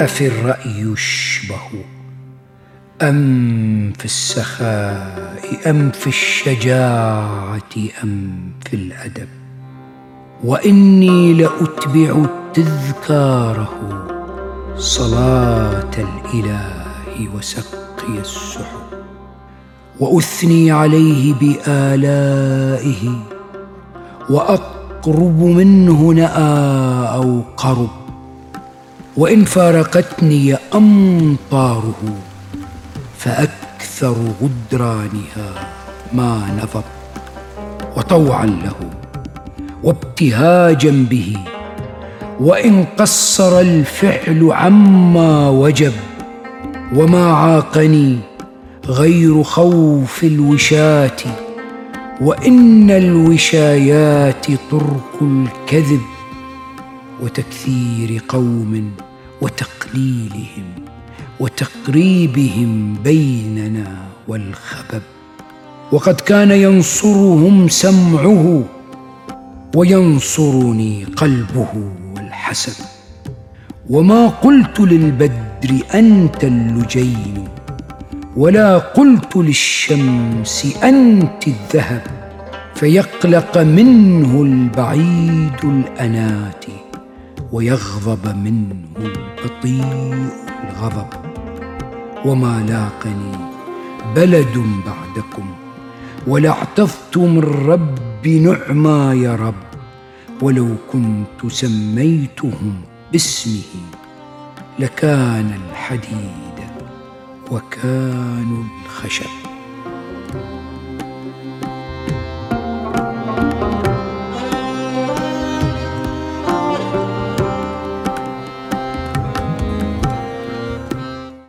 أفي الرأي يشبه أم في السخاء أم في الشجاعة أم في الأدب؟ وإني لأتبع تذكاره صلاة الإله وسقي السحب، وأثني عليه بآلائه وأقرب منه نأى أو قرب. وإن فارقتني أمطاره فأكثر غدرانها ما نضب. وطوعا له وابتهاجا به، وإن قصر الفعل عما وجب. وما عاقني غير خوف الوشاة، وإن الوشايات طرق الكذب. وتكثير قوم وتقليلهم وتقريبهم بيننا والخبب. وقد كان ينصرهم سمعه وينصرني قلبه والحسب. وما قلت للبدر أنت اللجين، ولا قلت للشمس أنت الذهب. فيقلق منه البعيد الأنات، ويغضب منه البطيء الغضب. وما لاقني بلد بعدكم، ولا اعتذت من رب نعما يا رب. ولو كنت سميتهم باسمه لكان الحديد وكانوا الخشب.